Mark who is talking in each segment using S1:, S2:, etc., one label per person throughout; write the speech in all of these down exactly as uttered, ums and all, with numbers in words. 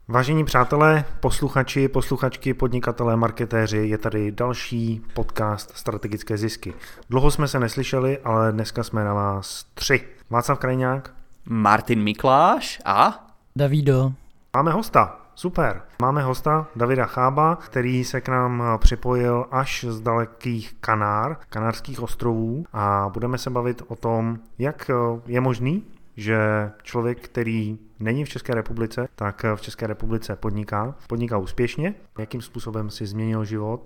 S1: Vážení přátelé, posluchači, posluchačky, podnikatelé, marketéři, je tady další podcast Strategické zisky. Dlouho jsme se neslyšeli, ale dneska jsme na vás tři. Václav Krajňák,
S2: Martin Mikláš a
S3: Davido.
S1: Máme hosta, super. Máme hosta Davida Chába, který se k nám připojil až z dalekých Kanár, Kanárských ostrovů, a budeme se bavit o tom, jak je možný, že člověk, který není v České republice, tak v České republice podniká, podniká úspěšně, jakým způsobem si změnil život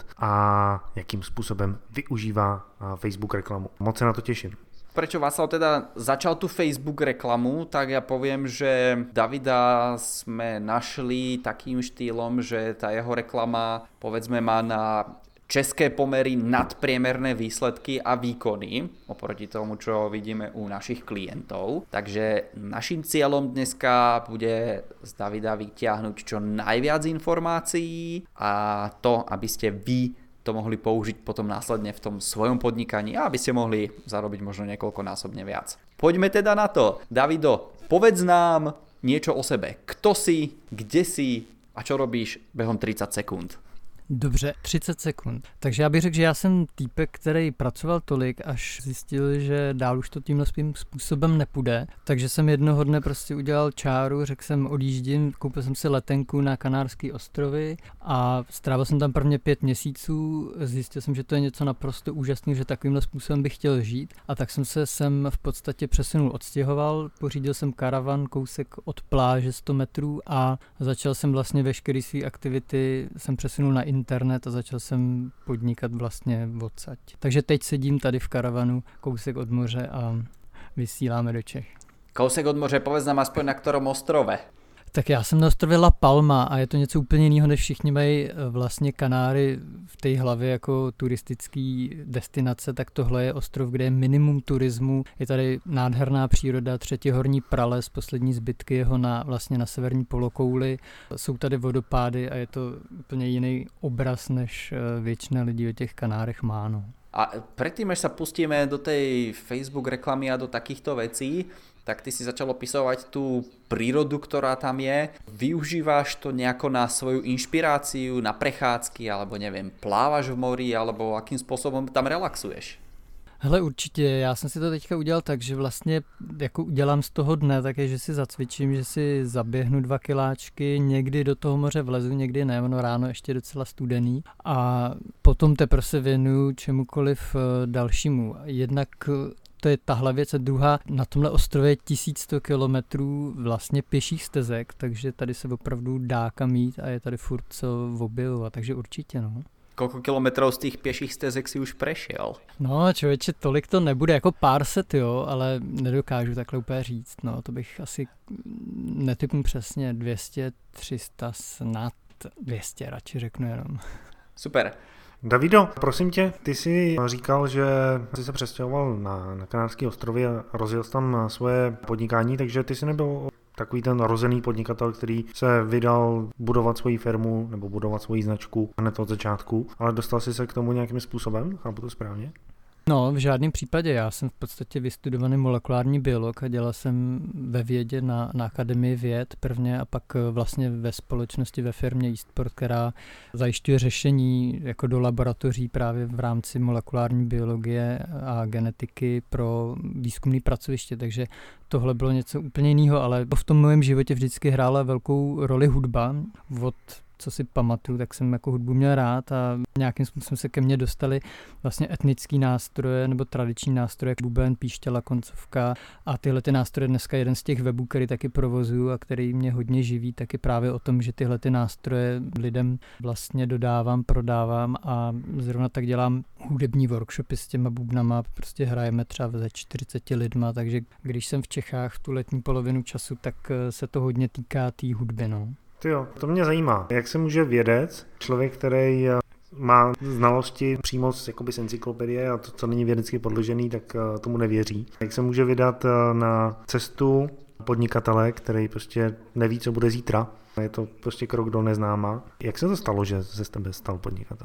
S1: a jakým způsobem využívá Facebook reklamu. Moc se na to těším.
S2: Prečo Václav teda začal tu Facebook reklamu, tak ja poviem, že Davida sme našli takým štýlom, že tá jeho reklama, povedzme, má na české pomery nadpriemerné výsledky a výkony oproti tomu, čo vidíme u našich klientov. Takže našim cieľom dneska bude z Davida vyťahnuť čo najviac informácií a to, aby ste vy to mohli použiť potom následne v tom svojom podnikaní a aby ste mohli zarobiť možno niekoľkonásobne viac. Poďme teda na to. Davido, povedz nám niečo o sebe. Kto si, kde si a čo robíš behom tridsať sekúnd?
S3: Dobře, třicet sekund. Takže já bych řekl, že já jsem týpek, který pracoval tolik, až zjistil, že dál už to tímhle svým způsobem nepůjde. Takže jsem jednoho dne prostě udělal čáru, řekl jsem odjíždím, koupil jsem si letenku na Kanárské ostrovy a strávil jsem tam prvně pět měsíců. Zjistil jsem, že to je něco naprosto úžasného, že takovýmhle způsobem bych chtěl žít. A tak jsem se sem v podstatě přesunul, odstěhoval, pořídil jsem karavan kousek od pláže sto metrů a začal jsem vlastně veškeré své aktivity, jsem přesunul na internet a začal jsem podnikat vlastně odsaď. Takže teď sedím tady v karavanu kousek od moře a vysíláme do Čech.
S2: Kousek od moře, povedz nám aspoň na ktorom ostrove.
S3: Tak já jsem na ostrově La Palma a je to něco úplně jiného, než všichni mají vlastně Kanáry v té hlavě jako turistický destinace, tak tohle je ostrov, kde je minimum turismu, je tady nádherná příroda, třetihorní prales, poslední zbytky jeho na, vlastně na severní polokouli, jsou tady vodopády a je to úplně jiný obraz, než většina lidí o těch Kanárech má. No.
S2: A predtým, až sa pustíme do tej Facebook reklamy a do takýchto vecí, tak ty si začal opisovať tú prírodu, ktorá tam je. Využíváš to nejako na svoju inšpiráciu, na prechádzky, alebo neviem, plávaš v mori, alebo akým spôsobom tam relaxuješ?
S3: Hele, určitě, já jsem si to teďka udělal tak, že vlastně jako udělám z toho dne také, že si zacvičím, že si zaběhnu dva kiláčky, někdy do toho moře vlezu, někdy ne, ono ráno ještě docela studený a potom teprve se věnuju čemukoliv dalšímu. Jednak to je tahle věc a druhá, na tomhle ostrově je tisíc sto kilometrů vlastně pěších stezek, takže tady se opravdu dá kam jít a je tady furt co objevovat, takže určitě, no.
S2: Koľko kilometrov z tých pěších stezek si už prešiel?
S3: No člověče, tolik to nebude, jako pár set, jo, ale nedokážu takhle úplně říct, no, to bych asi netypnu přesně, dvě stě, tři sta, snad dvě stě, radši řeknu jenom.
S2: Super.
S1: Davido, prosím tě, ty jsi říkal, že jsi se přestěhoval na, na Kanárské ostrovy a rozjel tam svoje podnikání, takže ty jsi nebyl takový ten rozený podnikatel, který se vydal budovat svoji firmu nebo budovat svoji značku hned od začátku, ale dostal jsi se k tomu nějakým způsobem, chápu to správně?
S3: No, v žádném případě. Já jsem v podstatě vystudovaný molekulární biolog a dělal jsem ve vědě na, na Akademii věd prvně a pak vlastně ve společnosti ve firmě Eastport, která zajišťuje řešení jako do laboratoří právě v rámci molekulární biologie a genetiky pro výzkumné pracoviště, takže tohle bylo něco úplně jiného, ale v tom mém životě vždycky hrála velkou roli hudba. Od co si pamatuju, tak jsem jako hudbu měl rád a nějakým způsobem se ke mně dostaly vlastně etnický nástroje nebo tradiční nástroje, buben, píšťala, koncovka a tyhle ty nástroje dneska jeden z těch webů, který taky provozuju a který mě hodně živí, taky právě o tom, že tyhle ty nástroje lidem vlastně dodávám, prodávám a zrovna tak dělám hudební workshopy s těma bubnama, prostě hrajeme třeba ze čtyřiceti lidma, takže když jsem v Čechách v tu letní polovinu času, tak se to hodně týká té hudby, no.
S1: Tyjo, to mě zajímá. Jak se může vědec, člověk, který má znalosti přímo z, jakoby z encyklopedie a to, co není vědecky podložený, tak tomu nevěří. Jak se může vydat na cestu podnikatele, který prostě neví, co bude zítra. Je to prostě krok do neznáma. Jak se to stalo, že se z tebe stal podnikatel?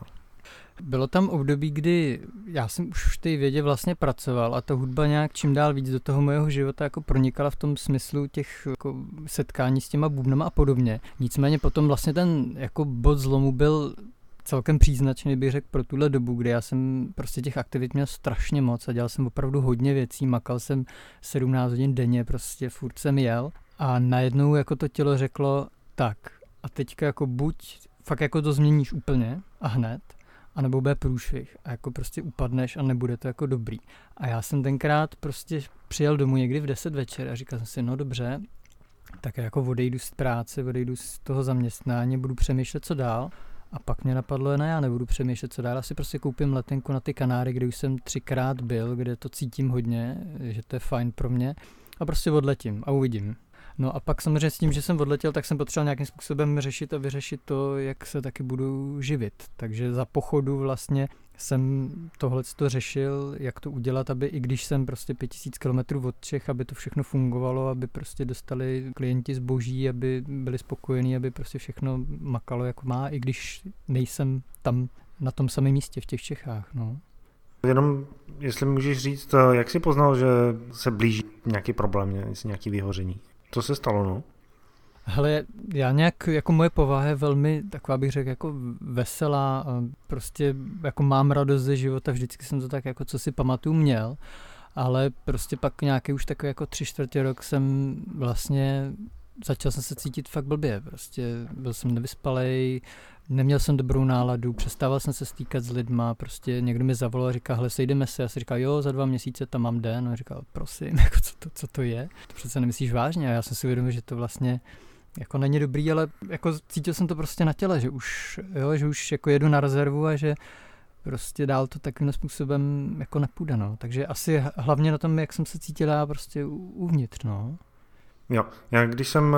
S3: Bylo tam období, kdy já jsem už v té vědě vlastně pracoval a ta hudba nějak čím dál víc do toho mojeho života jako pronikala v tom smyslu těch jako setkání s těma bubnama a podobně. Nicméně potom vlastně ten jako bod zlomu byl celkem příznačný, bych řekl, pro tuhle dobu, kdy já jsem prostě těch aktivit měl strašně moc a dělal jsem opravdu hodně věcí, makal jsem sedmnáct hodin denně, prostě furt jsem jel a najednou jako to tělo řeklo tak a teďka jako buď fakt jako to změníš úplně a hned, anebo bude průšvih a jako prostě upadneš a nebude to jako dobrý. A já jsem tenkrát prostě přijel domů někdy v deset večer a říkal jsem si, no dobře, tak jako odejdu z práce, odejdu z toho zaměstnání, budu přemýšlet, co dál. A pak mě napadlo, ne, já nebudu přemýšlet, co dál, asi prostě koupím letenku na ty Kanáry, kde už jsem třikrát byl, kde to cítím hodně, že to je fajn pro mě a prostě odletím a uvidím. No a pak samozřejmě s tím, že jsem odletěl, tak jsem potřeboval nějakým způsobem řešit a vyřešit to, jak se taky budu živit. Takže za pochodu vlastně jsem tohleto řešil, jak to udělat, aby i když jsem prostě pět tisíc kilometrů od Čech, aby to všechno fungovalo, aby prostě dostali klienti zboží, aby byli spokojení, aby prostě všechno makalo, jak má, i když nejsem tam na tom samém místě v těch Čechách, no.
S1: Jenom, jestli můžeš říct, jak jsi poznal, že se blíží nějaký problém, nějaký vyhoření? Co se stalo, no?
S3: Hele, já nějak, jako moje povaha je velmi, taková bych řekl, jako veselá, prostě jako mám radost ze života, vždycky jsem to tak jako co si pamatuju měl, ale prostě pak nějaký už takový jako tři čtvrtě rok jsem vlastně, začal jsem se cítit fakt blbě, prostě byl jsem nevyspalej, neměl jsem dobrou náladu, přestával jsem se stýkat s lidma, prostě někdo mi zavolal a říká, hele, sejdeme se, já si říkal, jo, za dva měsíce tam mám den, a říkal, prosím, jako co to, co to je, to přece nemyslíš vážně, a já jsem si uvědomil, že to vlastně jako není dobrý, ale jako cítil jsem to prostě na těle, že už, jo, že už jako jedu na rezervu a že prostě dál to takovým způsobem jako nepůjde, no, takže asi hlavně na tom, jak jsem se cítil já prostě uvnitř, no.
S1: Jo, já když jsem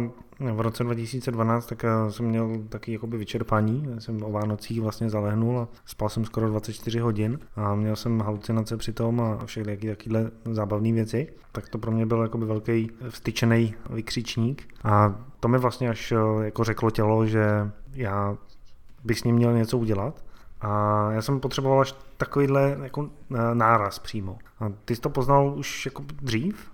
S1: v roce dva tisíce dvanáct, tak jsem měl taky jakoby vyčerpání, já jsem o Vánocích vlastně zalehnul a spal jsem skoro dvacet čtyři hodin a měl jsem halucinace při tom a všechny takovéhle zábavné věci, tak to pro mě byl jakoby velký vstyčený vykřičník a to mi vlastně až jako řeklo tělo, že já bych s ním měl něco udělat. A já jsem potřeboval až takovýhle jako náraz přímo. A ty jsi to poznal už jako dřív?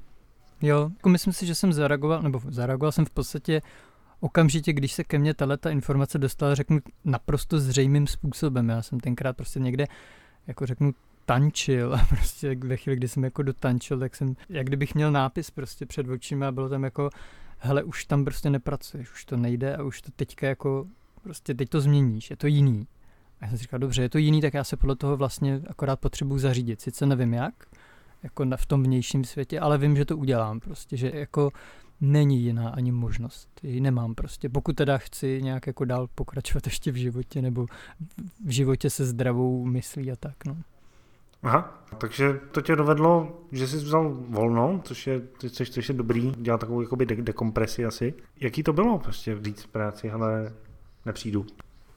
S3: Jo, jako myslím si, že jsem zareagoval, nebo zareagoval jsem v podstatě okamžitě, když se ke mně tato informace dostala, řeknu naprosto zřejmým způsobem. Já jsem tenkrát prostě někde, jako řeknu, tančil a prostě ve chvíli, kdy jsem jako dotančil, tak jsem, jak kdybych měl nápis prostě před očima a bylo tam jako, hele, už tam prostě nepracuješ, už to nejde a už to teďka jako, prostě teď to změníš, je to jiný. A já jsem si říkal, dobře, je to jiný, tak já se podle toho vlastně akorát potřebuji zařídit. Sice nevím jak, jako v tom vnějším světě, ale vím, že to udělám prostě, že jako není jiná ani možnost, ji nemám prostě, pokud teda chci nějak jako dál pokračovat ještě v životě, nebo v životě se zdravou myslí a tak, no.
S1: Aha, takže to tě dovedlo, že jsi vzal volno, což je, což, což je dobrý, dělat takovou jakoby de- dekompresi asi. Jaký to bylo prostě říct v práci, ale nepřijdu?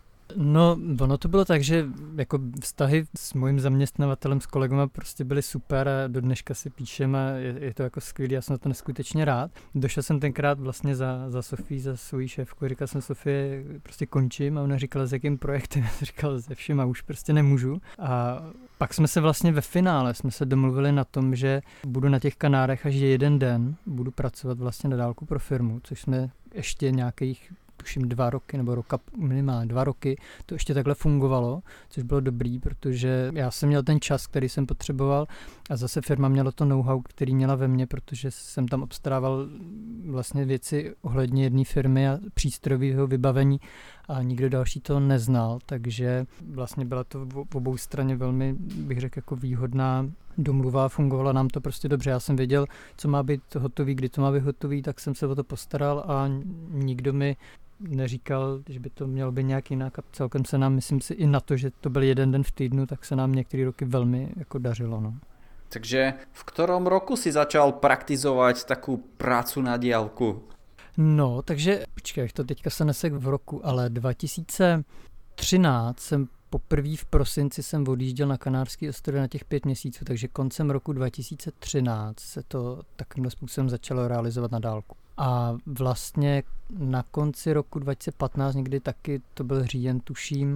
S3: No, ono to bylo tak, že jako vztahy s mojím zaměstnavatelem, s kolegama prostě byly super a do dneška si píšem a je, je to jako skvělý, já jsem na to neskutečně rád. Došel jsem tenkrát vlastně za, za Sofii, za svojí šéfku, říkal jsem Sofie, prostě končím a ona říkala, s jakým projektem, já jsem říkal, ze všem a už prostě nemůžu. A pak jsme se vlastně ve finále, jsme se domluvili na tom, že budu na těch Kanárech až jeden den, budu pracovat vlastně na dálku pro firmu, což jsme ještě nějakých tuším dva roky, nebo roka, minimálně dva roky, to ještě takhle fungovalo, což bylo dobrý, protože já jsem měl ten čas, který jsem potřeboval a zase firma měla to know-how, který měla ve mně, protože jsem tam obstarával vlastně věci ohledně jedné firmy a přístrojového vybavení a nikdo další to neznal, takže vlastně byla to v obou straně velmi, bych řekl, jako výhodná domluva, fungovalo nám to prostě dobře. Já jsem věděl, co má být hotový, kdy to má být hotový, tak jsem se o to postaral a nikdo mi neříkal, že by to mělo být nějak jinak a celkem se nám, myslím si, i na to, že to byl jeden den v týdnu, tak se nám některé roky velmi jako dařilo. No.
S2: Takže v ktorom roku si začal praktizovat takovou prácu na diaľku?
S3: No, takže, počkej, to teďka se nesek v roku, ale dva tisíce třináct jsem poprvé v prosinci jsem odjížděl na Kanárský ostrovy na těch pět měsíců, takže koncem roku dva tisíce třináct se to takovým způsobem začalo realizovat na dálku. A vlastně na konci roku dva tisíce patnáct, někdy taky, to byl říjen, tuším,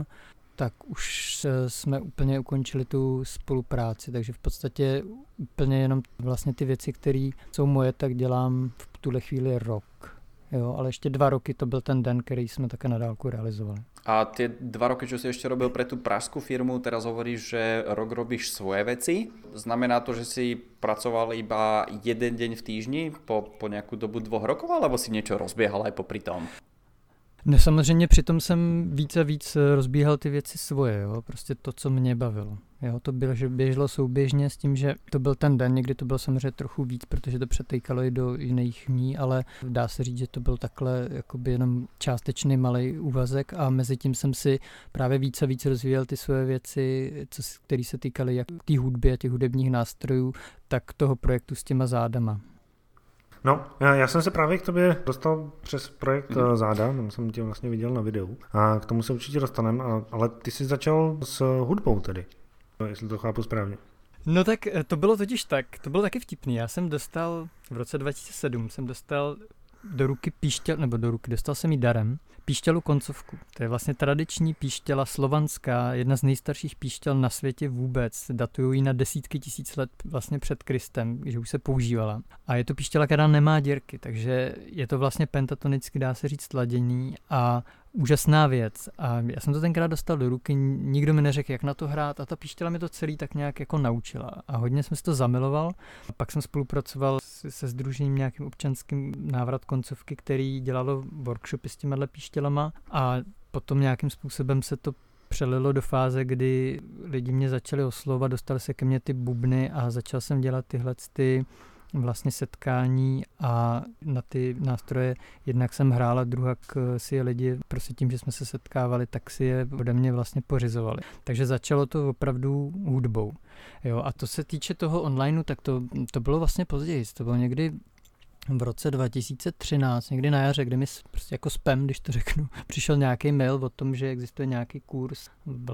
S3: tak už jsme úplně ukončili tu spolupráci, takže v podstatě úplně jenom vlastně ty věci, které jsou moje, tak dělám v tuhle chvíli rok. Jo, ale ještě dva roky to byl ten den, který jsme také na dálku realizovali.
S2: A tie dva roky, čo si ešte robil pre tú pražskú firmu, teraz hovoríš, že rok robíš svoje veci. Znamená to, že si pracoval iba jeden deň v týždni po, po nejakú dobu dvoch rokov, alebo si niečo rozbiehal aj popri tom?
S3: No samozřejmě přitom jsem víc a víc rozbíhal ty věci svoje, jo? Prostě to, co mě bavilo. Jo? To bylo, že běželo souběžně s tím, že to byl ten den, někdy to bylo samozřejmě trochu víc, protože to přetejkalo i do jiných dní, ale dá se říct, že to byl takhle jakoby jenom částečný malý úvazek a mezi tím jsem si právě víc a víc rozvíjel ty svoje věci, které se týkaly jak té hudby a těch hudebních nástrojů, tak toho projektu s těma zádama.
S1: No, já, já jsem se právě k tobě dostal přes projekt mm. Záda, tam jsem tě vlastně viděl na videu a k tomu se určitě dostaneme, ale ty jsi začal s hudbou tedy, jestli to chápu správně.
S3: No tak to bylo totiž tak, to bylo taky vtipný, já jsem dostal, v roce dva tisíce sedm jsem dostal do ruky píšťal, nebo do ruky, dostal jsem jí darem, píšťalu koncovku. To je vlastně tradiční píšťala slovanská, jedna z nejstarších píšťal na světě vůbec. Datují ji na desítky tisíc let vlastně před Kristem, že už se používala. A je to píšťala, která nemá děrky, takže je to vlastně pentatonicky, dá se říct, sladění a úžasná věc. A já jsem to tenkrát dostal do ruky, nikdo mi neřekl, jak na to hrát a ta píšťala mi to celý tak nějak jako naučila. A hodně jsem si to zamiloval. A pak jsem spolupracoval se sdružením nějakým občanským návrat koncovky, který dělalo workshopy s těmihle píšťalama a potom nějakým způsobem se to přelilo do fáze, kdy lidi mě začali oslovovat, dostali se ke mně ty bubny a začal jsem dělat tyhle ty vlastně setkání a na ty nástroje jednak jsem hrál a druhak si je lidi prostě tím, že jsme se setkávali, tak si je ode mě vlastně pořizovali. Takže začalo to opravdu hudbou. Jo, a to se týče toho onlineu, tak to, to bylo vlastně později. To bylo někdy v roce dva tisíce třináct, někdy na jaře, kde mi prostě jako spam, když to řeknu, přišel nějaký mail o tom, že existuje nějaký kurz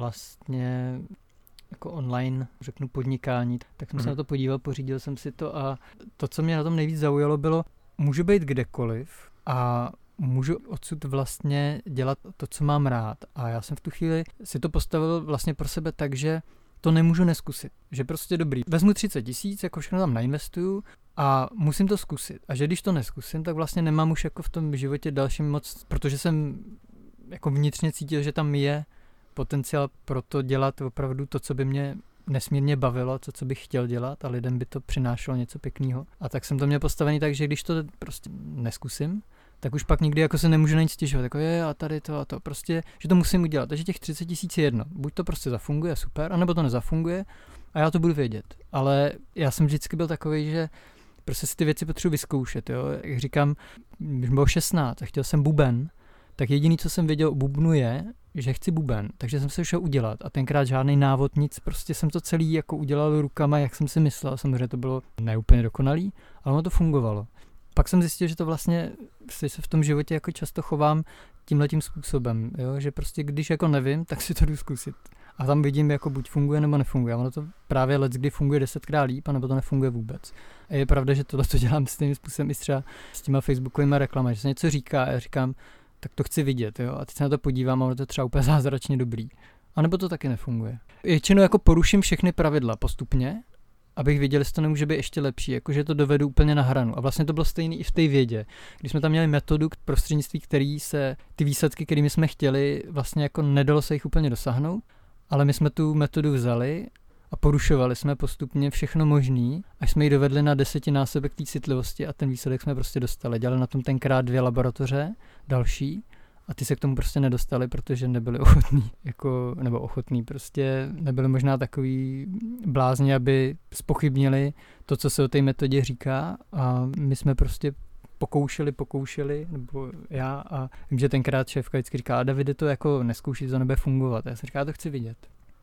S3: vlastně jako online, řeknu, podnikání, tak jsem mm. se na to podíval, pořídil jsem si to a to, co mě na tom nejvíc zaujalo, bylo, můžu být kdekoliv a můžu odsud vlastně dělat to, co mám rád. A já jsem v tu chvíli si to postavil vlastně pro sebe tak, že to nemůžu neskusit. Že prostě dobrý, vezmu třicet tisíc, jako všechno tam nainvestuju a musím to zkusit. A že když to neskusím, tak vlastně nemám už jako v tom životě dalším moc, protože jsem jako vnitřně cítil, že tam je potenciál pro to dělat opravdu to, co by mě nesmírně bavilo, to, co bych chtěl dělat a lidem by to přinášelo něco pěkného. A tak jsem to měl postavený tak, že když to prostě neskusím, tak už pak nikdy jako se nemůžu na nic stěžovat. Jako je a tady to a to. Prostě, že to musím udělat. Takže těch třicet tisíc je jedno. Buď to prostě zafunguje, super, anebo to nezafunguje a já to budu vědět. Ale já jsem vždycky byl takový, že prostě si ty věci potřebuji vyzkoušet. Jo? Jak říkám, když bylo šestnáct a chtěl jsem buben, tak jediný, co jsem věděl o bubnu je, že chci buben, takže jsem se šel udělat a tenkrát žádný návod, nic, prostě jsem to celý jako udělal rukama, jak jsem si myslel, samozřejmě to bylo neúplně dokonalý, ale ono to fungovalo. Pak jsem zjistil, že to vlastně se v tom životě jako často chovám tímhletím způsobem, jo? Že prostě když jako nevím, tak si to jdu zkusit. A tam vidím, jako buď funguje nebo nefunguje. A ono to právě leckdy funguje desetkrát líp, anebo to nefunguje vůbec. A je pravda, že tohle to dělám stejným způsobem i třeba s těma facebookovými reklamami, že se něco říká a já říkám, tak to chci vidět, jo, a teď se na to podívám a ono to je třeba úplně zázračně dobrý. A nebo to taky nefunguje. Většinou jako poruším všechny pravidla postupně, abych viděl, jestli to nemůže být ještě lepší, jakože to dovedu úplně na hranu. A vlastně to bylo stejné i v té vědě. Když jsme tam měli metodu, prostřednictví který se ty výsledky, kterými jsme chtěli, vlastně jako nedalo se jich úplně dosáhnout, ale my jsme tu metodu vzali a porušovali jsme postupně všechno možný, až jsme ji dovedli na desetinásobek té citlivosti a ten výsledek jsme prostě dostali. Dělali na tom tenkrát dvě laboratoře, další, a ty se k tomu prostě nedostali, protože nebyli ochotní, jako, nebo ochotní, prostě nebyli možná takový blázni, aby zpochybnili to, co se o té metodě říká, a my jsme prostě pokoušeli, pokoušeli, nebo já, a vím, že tenkrát šéfka vždycky říká, a Davide, to jako neskouší, to nebude fungovat. A já jsem říkal, to chci vidět.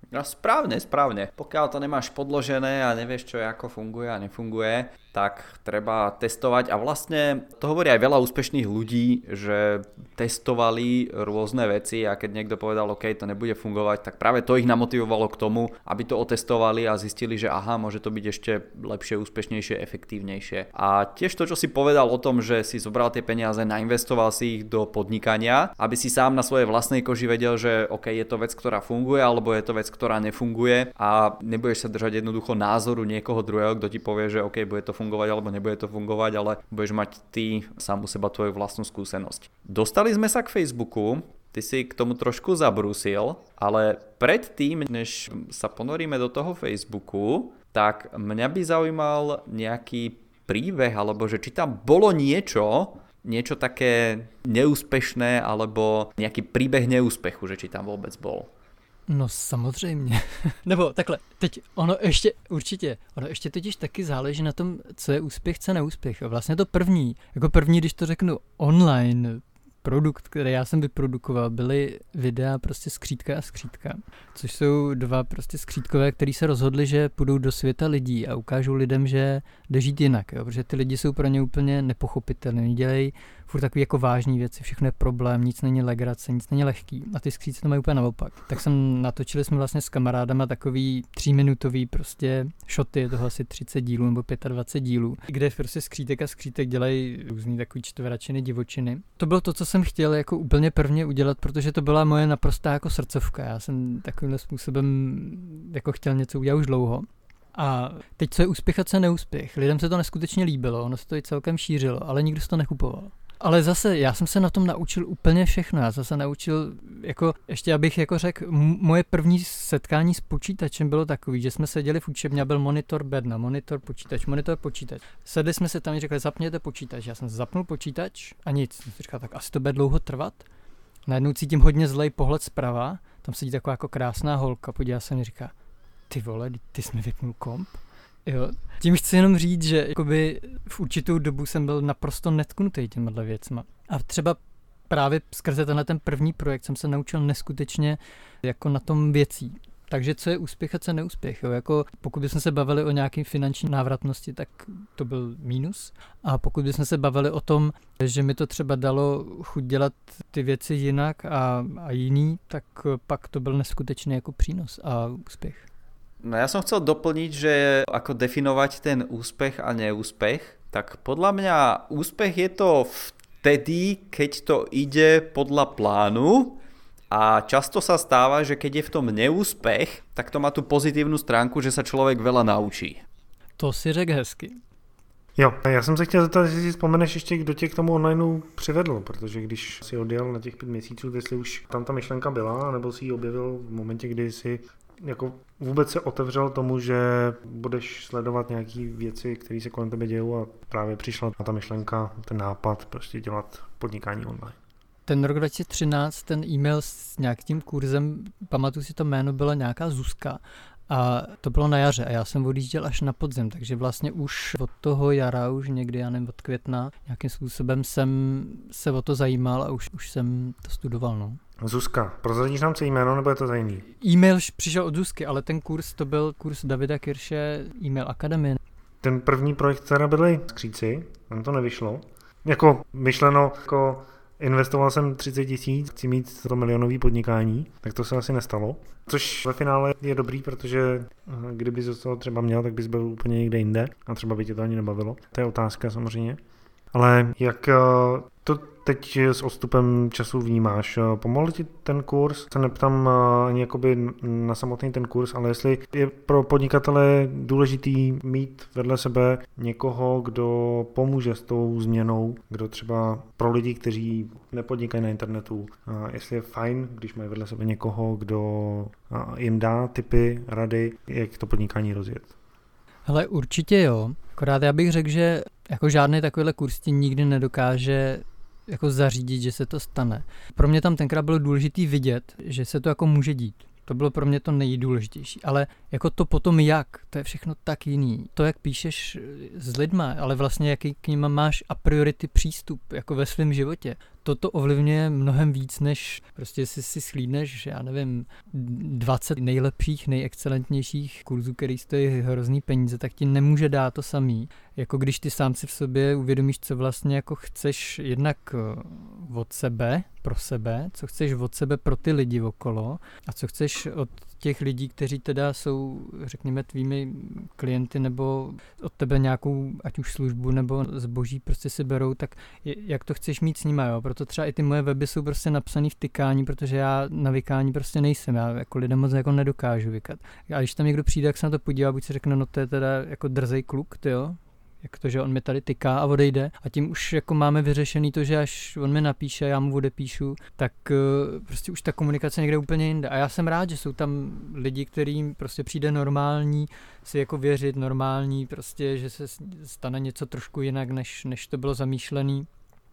S2: No správne, správne. Pokiaľ to nemáš podložené a nevieš, čo ako funguje a nefunguje, tak treba testovať. A vlastne to hovorí aj veľa úspešných ľudí, že testovali rôzne veci a keď niekto povedal, OK, to nebude fungovať, tak práve to ich namotivovalo k tomu, aby to otestovali a zistili, že aha, môže to byť ešte lepšie, úspešnejšie, efektívnejšie. A tiež to, čo si povedal o tom, že si zobral tie peniaze, nainvestoval si ich do podnikania, aby si sám na svojej vlastnej koži vedel, že OK, je to vec, ktorá funguje, alebo je to vec, ktorá nefunguje a nebudeš sa držať jednoducho názoru niekoho druhého, kto ti povie, že OK, bude to fungovať alebo nebude to fungovať, ale budeš mať ty sám u seba tvoju vlastnú skúsenosť. Dostali sme sa k Facebooku, ty si k tomu trošku zabrúsil, ale predtým, než sa ponoríme do toho Facebooku, tak mňa by zaujímal nejaký príbeh, alebo že či tam bolo niečo, niečo také neúspešné, alebo nejaký príbeh neúspechu, že či tam vôbec bol.
S3: No samozřejmě. Nebo takhle, teď ono ještě určitě, ono ještě totiž taky záleží na tom, co je úspěch, co neúspěch. A vlastně to první, jako první, když to řeknu online, produkt, který já jsem vyprodukoval, byly videa prostě Skřítka a Skřítka, což jsou dva prostě skřítkové, kteří se rozhodli, že půjdou do světa lidí a ukážou lidem, že jde žít jinak, jo? Protože ty lidi jsou pro ně úplně nepochopitelné, dělají furt takový jako vážný věci, všechno je problém, nic není legrace, nic není lehký a ty skříci to mají úplně naopak. Tak jsem natočili jsme vlastně s kamarádama takový tříminutový prostě šoty, je toho asi třicet dílů nebo dvacet pět dílů, kde prostě Skřítek a Skřítek dělají různý takový čtveráčiny, divočiny. To bylo to, co jsem chtěl jako úplně prvně udělat, protože to byla moje naprostá jako srdcovka. Já jsem takovýmhle způsobem jako chtěl něco udělat už dlouho. A teď co je úspěch a co je neúspěch. Lidem se to neskutečně líbilo, ono se to i celkem šířilo, ale nikdo se to nekupoval. Ale zase, já jsem se na tom naučil úplně všechno. Já jsem se naučil, jako, ještě abych jako řekl, m- moje první setkání s počítačem bylo takový, že jsme seděli v učebně a byl monitor bedna, monitor počítač, monitor počítač. Sedli jsme se tam a řekli, zapněte počítač. Já jsem zapnul počítač a nic. Jsem si říkal, tak asi to bude dlouho trvat. Najednou cítím hodně zlej pohled zprava, tam sedí taková jako krásná holka, podívá se mi říká, ty vole, ty jsi mi vypnul komp? Jo. Tím chci jenom říct, že jakoby v určitou dobu jsem byl naprosto netknutý těmhle věcma. A třeba právě skrze tenhle ten první projekt jsem se naučil neskutečně jako na tom věcí. Takže co je úspěch a co je neúspěch. Jo? Jako pokud bychom se bavili o nějaké finanční návratnosti, tak to byl mínus. A pokud bychom se bavili o tom, že mi to třeba dalo chuť dělat ty věci jinak a, a jiný, tak pak to byl neskutečný jako přínos a úspěch.
S2: No ja som chcel doplniť, že ako definovať ten úspech a neúspech, tak podľa mňa úspech je to vtedy, keď to ide podľa plánu a často sa stáva, že keď je v tom neúspech, tak to má tu pozitívnu stránku, že sa človek veľa naučí.
S3: To si řek hezky.
S1: Jo, já jsem se chtěl zeptat, jestli si vzpomeneš ještě, kdo tě k tomu onlineu přivedl, protože když si odjel na těch pět měsíců, jestli už tam ta myšlenka byla, nebo si ji objevil v momentě, kdy si jako vůbec se otevřel tomu, že budeš sledovat nějaký věci, které se kolem tebe dějou a právě přišla ta myšlenka, ten nápad prostě dělat podnikání online.
S3: Ten rok dva tisíce třináct, ten e-mail s nějakým kurzem, pamatuju si to jméno, byla nějaká Zuzka. A to bylo na jaře a já jsem odjížděl až na podzim, takže vlastně už od toho jara, už někdy, já nevím, od května, nějakým způsobem jsem se o to zajímal a už, už jsem to studoval. No.
S1: Zuzka, prozradíš nám co jméno, nebo je to tajný?
S3: E-mail přišel od Zuzky, ale ten kurz, to byl kurz Davida Kirše, e-mail akademie.
S1: Ten první projekt teda byli skříci, tam to nevyšlo. Jako myšleno, jako investoval jsem třicet tisíc, chci mít to milionový podnikání, tak to se asi nestalo. Což ve finále je dobrý, protože kdyby z toho třeba měl, tak bys byl úplně někde jinde a třeba by tě to ani nebavilo. To je otázka samozřejmě. Ale jak to teď s odstupem času vnímáš? Pomohl ti ten kurz? Se neptám ani jakoby na samotný ten kurz, ale jestli je pro podnikatele důležitý mít vedle sebe někoho, kdo pomůže s tou změnou, kdo třeba pro lidi, kteří nepodnikají na internetu, jestli je fajn, když mají vedle sebe někoho, kdo jim dá tipy, rady, jak to podnikání rozjet.
S3: Hele, určitě jo. Akorát já bych řekl, že jako žádný takovýhle kurz ti nikdy nedokáže jako zařídit, že se to stane. Pro mě tam tenkrát bylo důležitý vidět, že se to jako může dít. To bylo pro mě to nejdůležitější. Ale jako to potom jak, to je všechno tak jiný. To, jak píšeš s lidma, ale vlastně jaký k nim máš a priority přístup jako ve svém životě, toto ovlivňuje mnohem víc, než prostě si si slídneš, že já nevím, dvacet nejlepších, nejexcelentnějších kurzů, který stojí hrozný peníze, tak ti nemůže dát to samý. Jako když ty sám si v sobě uvědomíš, co vlastně jako chceš jednak od sebe, pro sebe, co chceš od sebe pro ty lidi okolo a co chceš od těch lidí, kteří teda jsou, řekněme, tvými klienty nebo od tebe nějakou, ať už službu nebo zboží prostě si berou, tak jak to chceš mít s nima, jo? Proto třeba i ty moje weby jsou prostě napsaný v tykání, protože já na vykání prostě nejsem, já jako lidem moc jako nedokážu vykat. A když tam někdo přijde, jak se na to podívá, buď si řekne, no to je teda jako drzej kluk, ty jo, jak to, že on mi tady tyká a odejde a tím už jako máme vyřešený to, že až on mi napíše, já mu odepíšu, tak uh, prostě už ta komunikace někde úplně jinde. A já jsem rád, že jsou tam lidi, kterým prostě přijde normální si jako věřit, normální prostě, že se stane něco trošku jinak, než, než to bylo zamýšlený.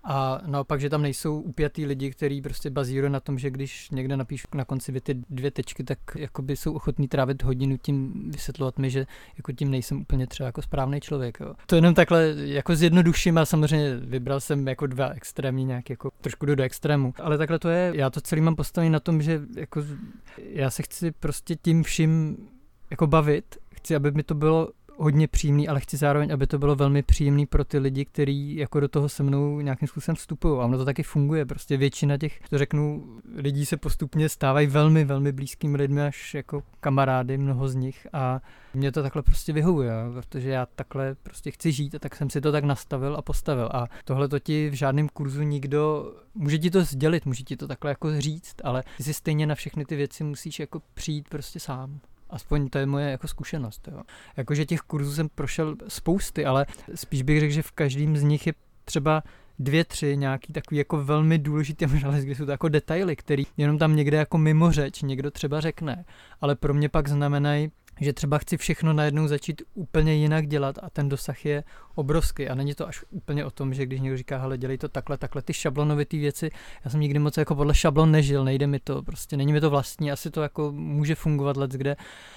S3: A naopak, že tam nejsou upjatý lidi, kteří prostě bazírují na tom, že když někde napíšu na konci věty dvě tečky, tak jakoby jsou ochotní trávit hodinu tím vysvětlovat mi, že jako tím nejsem úplně třeba jako správný člověk. Jo. To jenom takhle jako zjednoduším a samozřejmě vybral jsem jako dva extrémní nějak jako trošku do, do extrému. Ale takhle to je, já to celý mám postavený na tom, že jako já se chci prostě tím vším jako bavit, chci, aby mi to bylo hodně příjemný, ale chci zároveň, aby to bylo velmi příjemný pro ty lidi, kteří jako do toho se mnou nějakým způsobem vstupují. A ono to taky funguje. Prostě většina těch, to řeknu, lidí se postupně stávají velmi, velmi blízkými lidmi, až jako kamarády, mnoho z nich. A mě to takhle prostě vyhovuje, protože já takhle prostě chci žít a tak jsem si to tak nastavil a postavil. A tohle to ti v žádném kurzu nikdo, může ti to sdělit, může ti to takhle jako říct, ale ty si stejně na všechny ty věci musíš jako přijít prostě sám. Aspoň to je moje jako zkušenost. Jo. Jakože těch kurzů jsem prošel spousty, ale spíš bych řekl, že v každém z nich je třeba dvě, tři nějaký takový jako velmi důležitý, možná, kde jsou to jako detaily, který jenom tam někde jako mimo řeč někdo třeba řekne. Ale pro mě pak znamenají, že třeba chci všechno najednou začít úplně jinak dělat a ten dosah je obrovský a není to až úplně o tom, že když někdo říká, hele, dělej to takhle, takhle, ty šablonovitý věci, já jsem nikdy moc jako podle šablon nežil, nejde mi to, prostě není mi to vlastní, asi to jako může fungovat leckde,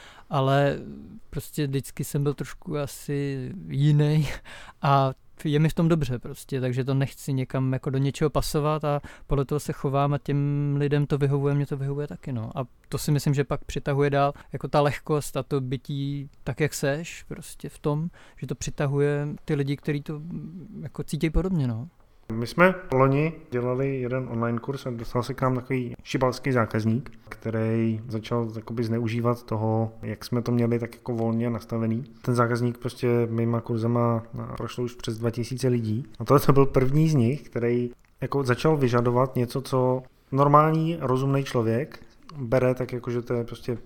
S3: ale prostě vždycky jsem byl trošku asi jiný a je mi v tom dobře prostě, takže to nechci někam jako do něčeho pasovat a podle toho se chovám a těm lidem to vyhovuje, mě to vyhovuje taky, no. A to si myslím, že pak přitahuje dál jako ta lehkost a to bytí tak, jak seš prostě v tom, že to přitahuje ty lidi, kteří to jako cítí podobně, no.
S1: My jsme loni dělali jeden online kurz a dostal se k nám takový šibalský zákazník, který začal jakoby zneužívat toho, jak jsme to měli tak jako volně nastavený. Ten zákazník prostě mýma kurzama prošlo už přes dva tisíce lidí a tohle to byl první z nich, který jako začal vyžadovat něco, co normální, rozumný člověk bere tak jako, že to je prostě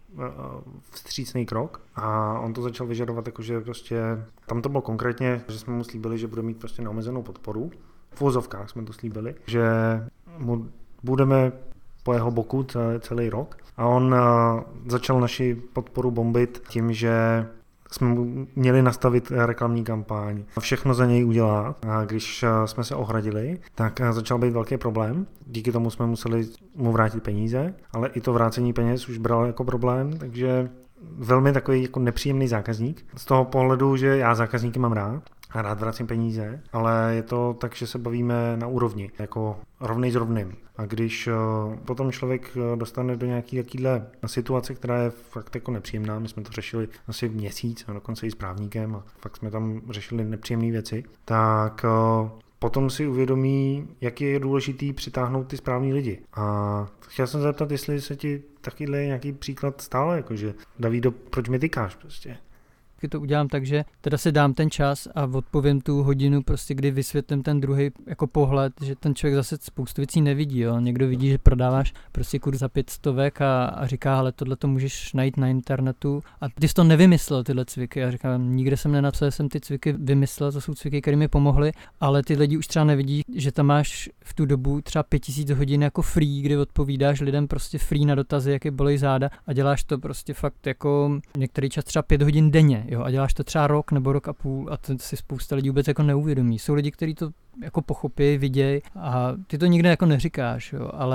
S1: vstřícný krok a on to začal vyžadovat jakože prostě, tam to bylo konkrétně, že jsme mu slíbili, že bude mít prostě neomezenou podporu. V uvozovkách jsme to slíbili, že mu budeme po jeho boku celý rok a on začal naši podporu bombit tím, že jsme mu měli nastavit reklamní kampaň, všechno za něj udělat a když jsme se ohradili, tak začal být velký problém. Díky tomu jsme museli mu vrátit peníze, ale i to vrácení peněz už bral jako problém, takže velmi takový jako nepříjemný zákazník. Z toho pohledu, že já zákazníky mám rád a rád vracím peníze, ale je to tak, že se bavíme na úrovni, jako rovnej s rovným. A když potom člověk dostane do nějaké takovéhle situace, která je fakt jako nepříjemná, my jsme to řešili asi měsíc a dokonce i s právníkem a fakt jsme tam řešili nepříjemné věci, tak potom si uvědomí, jak je důležitý přitáhnout ty správní lidi. A chtěl jsem zeptat, jestli se ti takovýhle nějaký příklad stále, jakože Davido, proč mi tykáš prostě?
S3: To udělám tak, že teda si dám ten čas a odpovím tu hodinu, prostě kdy vysvětlím ten druhý jako pohled, že ten člověk zase spoustu věcí nevidí, jo. Někdo vidí, že prodáváš prostě kurz za pět stovek a, a říká, hele, tohle to můžeš najít na internetu a ty jsi to nevymyslel, tyhle cviky. Já říkám, nikde jsem nenapsal, že jsem ty cviky vymyslel, to jsou cviky, které mi pomohly, ale ty lidi už třeba nevidí, že tam máš v tu dobu třeba pět tisíc hodin jako free, kdy odpovídáš lidem prostě free na dotazy, jaké bolej záda a děláš to prostě fakt jako některý čas třeba pět hodin denně. Jo, a děláš to třeba rok nebo rok a půl a to si spousta lidí vůbec jako neuvědomí. Jsou lidi, kteří to jako pochopí, vidějí a ty to nikde jako neříkáš, jo, ale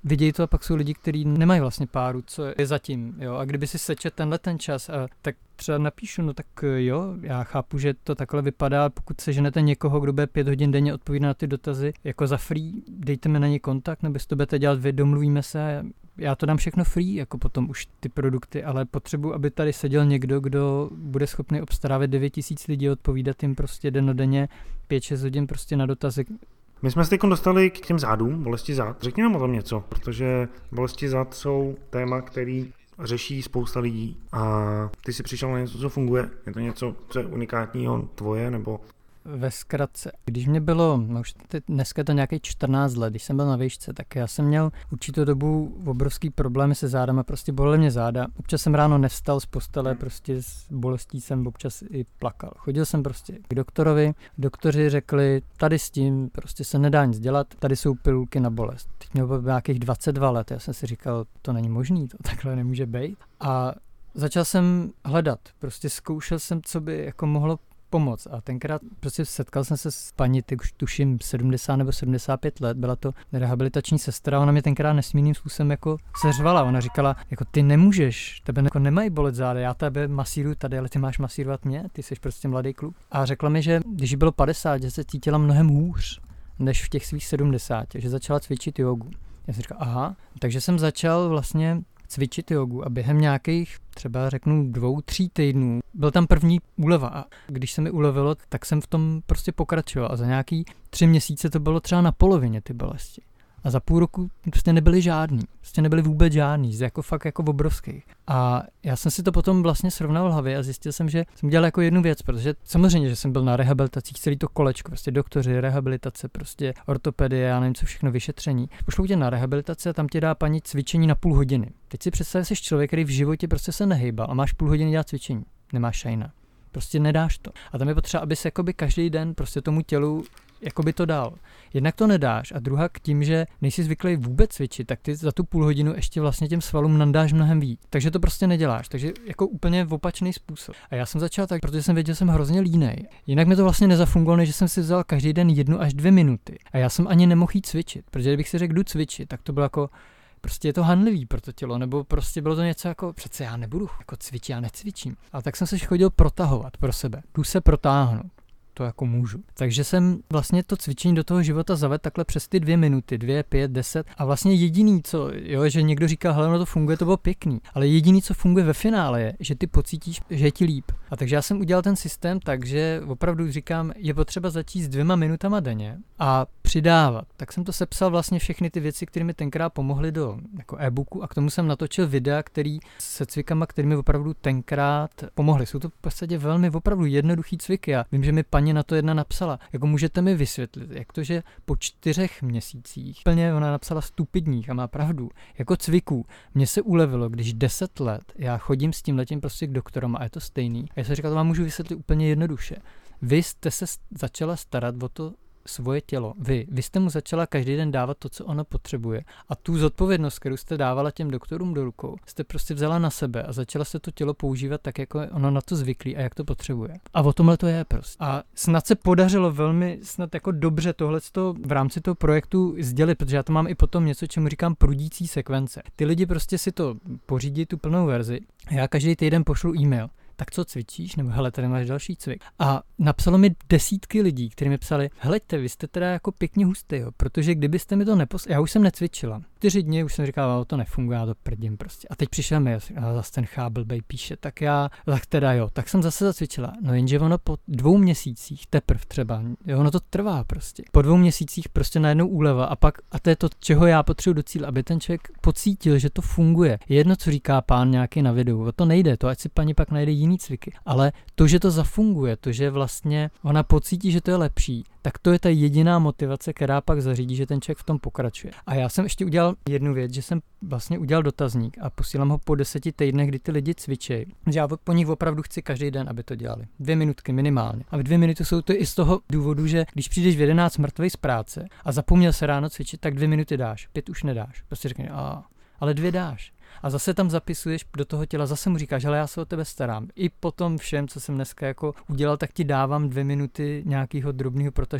S3: vidějí to a pak jsou lidi, kteří nemají vlastně páru, co je zatím, jo. A kdyby si sečet tenhle ten čas, a tak třeba napíšu, no tak jo, já chápu, že to takhle vypadá, pokud seženete někoho, kdo bude pět hodin denně odpovídat na ty dotazy, jako za free, dejte mi na ně kontakt, nebo jestli to budete dělat vy, domluvíme se, já to dám všechno free, jako potom už ty produkty, ale potřebuji, aby tady seděl někdo, kdo bude schopný obstarávat devět tisíc lidí, odpovídat jim prostě dennodenně pět šest hodin prostě na dotazy.
S1: My jsme se teď dostali k těm zádům, bolesti zad. Řekni nám o tom něco, protože bolesti zad jsou téma, který řeší spousta lidí a ty si přišel na něco, co funguje. Je to něco, co je unikátního tvoje, nebo...
S3: Ve zkratce, když mě bylo, no už teď, dneska je to nějakých čtrnáct let, když jsem byl na výšce, tak já jsem měl určitou dobu obrovský problémy se zádama, prostě bolely mě záda. Občas jsem ráno nevstal z postele, prostě s bolestí jsem občas i plakal. Chodil jsem prostě k doktorovi, doktoři řekli, tady s tím prostě se nedá nic dělat, tady jsou pilulky na bolest. Teď měl bylo nějakých dvacet dva let, já jsem si říkal, to není možný, to takhle nemůže být. A začal jsem hledat, prostě zkoušel jsem, co by jako mohlo pomoc. A tenkrát prostě setkal jsem se s paní, ty už tuším sedmdesát nebo sedmdesát pět let, byla to rehabilitační sestra, ona mě tenkrát nesmírným způsobem jako seřvala. Ona říkala, jako ty nemůžeš, tebe jako nemají bolet záda, já tebe masíruju tady, ale ty máš masírovat mě, ty jsi prostě mladý kluk. A řekla mi, že když jí bylo padesát, že se cítila mnohem hůř než v těch svých sedmdesáti, že začala cvičit jogu. Já jsem říkal, aha, takže jsem začal vlastně cvičit jogu a během nějakých třeba řeknu dvou, tří týdnů byl tam první úleva a když se mi ulevilo, tak jsem v tom prostě pokračoval a za nějaký tři měsíce to bylo třeba na polovině ty bolesti. A za půl roku prostě nebyly žádný, prostě nebyly vůbec žádný, jako fakt jako obrovských. A já jsem si to potom vlastně srovnal v hlavě a zjistil jsem, že jsem dělal jako jednu věc, protože samozřejmě, že jsem byl na rehabilitacích, celý to kolečko, prostě doktoři, rehabilitace, prostě ortopedie, já nevím co všechno, vyšetření. Pošlou tě na rehabilitaci a tam ti dá paní cvičení na půl hodiny. Teď si představ, jsi člověk, který v životě prostě se nehejbal a máš půl hodiny dělat cvičení, nemáš šajna. Prostě nedáš to. A tam je potřeba, aby se jakoby každý den prostě tomu tělu jakoby to dal. Jednak to nedáš a druhá k tím, že nejsi zvyklý vůbec cvičit, tak ty za tu půl hodinu ještě vlastně těm svalům nandáš mnohem víc. Takže to prostě neděláš. Takže jako úplně v opačný způsob. A já jsem začal tak, protože jsem věděl, že jsem hrozně línej. Jinak mi to vlastně nezafungovalo, než jsem si vzal každý den jednu až dvě minuty. A já jsem ani nemohl jít cvičit, protože kdybych si řekl, jdu cvičit, tak to bylo jako prostě je to hanlivý pro to tělo, nebo prostě bylo to něco jako, přece já nebudu jako cvičit, já necvičím. Ale tak jsem se chodil protahovat pro sebe. Jdu se protáhnout. To jako můžu. Takže jsem vlastně to cvičení do toho života zavedl takhle přes ty dvě minuty, dvě, pět, deset a vlastně jediný, co, jo, že někdo říká, hele, no to funguje, to bylo pěkný, ale jediný, co funguje ve finále je, že ty pocítíš, že je ti líp. A takže já jsem udělal ten systém tak, že opravdu říkám, je potřeba začít s dvěma minutama denně a přidávat. Tak jsem to sepsal vlastně všechny ty věci, které mi tenkrát pomohly do jako e-booku a k tomu jsem natočil videa, který se cvikama, které mi opravdu tenkrát pomohly. Jsou to v podstatě velmi opravdu jednoduchý cviky a vím, že mi paní na to jedna napsala, jako můžete mi vysvětlit, jak to, že po čtyřech měsících, plně ona napsala stupidních a má pravdu, jako cviků, mně se ulevilo, když deset let já chodím s tím letím prostě k doktorům a je to stejný. A já jsem říkal, to vám můžu vysvětlit úplně jednoduše. Vy jste se začala starat o to svoje tělo. Vy, vy jste mu začala každý den dávat to, co ono potřebuje. A tu zodpovědnost, kterou jste dávala těm doktorům do rukou, jste prostě vzala na sebe a začala se to tělo používat tak, jako ono na to zvyklý a jak to potřebuje. A o tomhle to je prostě. A snad se podařilo velmi snad jako dobře tohleto v rámci toho projektu sdělit, protože já to mám i potom něco, čemu říkám prudící sekvence. Ty lidi prostě si to pořídí tu plnou verzi. Já každý týden pošlu e-mail. Tak co cvičíš? Nebo hele, tady máš další cvik. A napsalo mi desítky lidí, kteří mi psali, heleďte, vy jste teda jako pěkně hustý, jo, protože kdybyste mi to neposlali, já už jsem necvičila. Čtyři dny už jsem říkala, to nefunguje, já to prdím prostě. A teď přišel mi, a zase ten cháblbej píše, tak já, tak teda jo, tak jsem zase zacvičila. No jenže ono po dvou měsících, teprv třeba, jo, ono to trvá prostě. Po dvou měsících prostě najednou úleva a pak, a to je to, čeho já potřebuji docílit, aby ten člověk pocítil, že to funguje. Je jedno, co říká pán nějaký na videu, o to nejde, to ať si paní pak najde jiný cviky. Ale to, že to zafunguje, to, že vlastně ona pocítí, že to je lepší, tak to je ta jediná motivace, která pak zařídí, že ten člověk v tom pokračuje. A já jsem ještě udělal jednu věc, že jsem vlastně udělal dotazník a posílám ho po deseti týdnech, kdy ty lidi cvičejí. Že já po nich opravdu chci každý den, aby to dělali. Dvě minutky minimálně. A dvě minuty jsou to i z toho důvodu, že když přijdeš v jedenáct mrtvej z práce a zapomněl se ráno cvičit, tak dvě minuty dáš, pět už nedáš. Prostě řekne, a ale dvě dáš. A zase tam zapisuješ do toho těla, zase mu říkáš, ale já se o tebe starám. I po tom všem, co jsem dneska jako udělal, tak ti dávám dvě minuty nějakého drobného protažení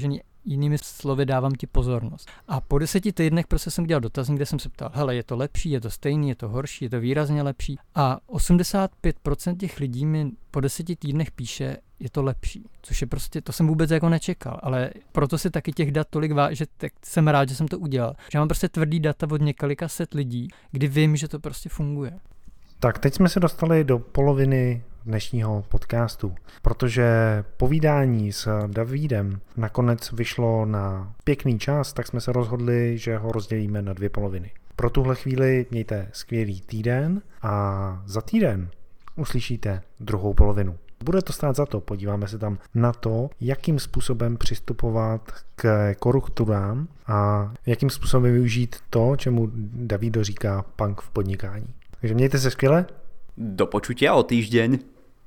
S3: jinými slovy dávám ti pozornost. A po deseti týdnech prostě jsem dělal dotazník, kde jsem se ptal, hele, je to lepší, je to stejný, je to horší, je to výrazně lepší. A osmdesát pět procent těch lidí mi po deseti týdnech píše, je to lepší, což je prostě, to jsem vůbec jako nečekal, ale proto si taky těch dat tolik váží, že tak jsem rád, že jsem to udělal. Že mám prostě tvrdý data od několika set lidí, kdy vím, že to prostě funguje.
S1: Tak teď jsme se dostali do poloviny dnešního podcastu, protože povídání s Davidem nakonec vyšlo na pěkný čas, tak jsme se rozhodli, že ho rozdělíme na dvě poloviny. Pro tuhle chvíli mějte skvělý týden a za týden uslyšíte druhou polovinu. Bude to stát za to, podíváme se tam na to, jakým způsobem přistupovat k korupturám a jakým způsobem využít to, čemu Davido říká punk v podnikání. Takže mějte se skvěle.
S2: Do počutia o týždeň.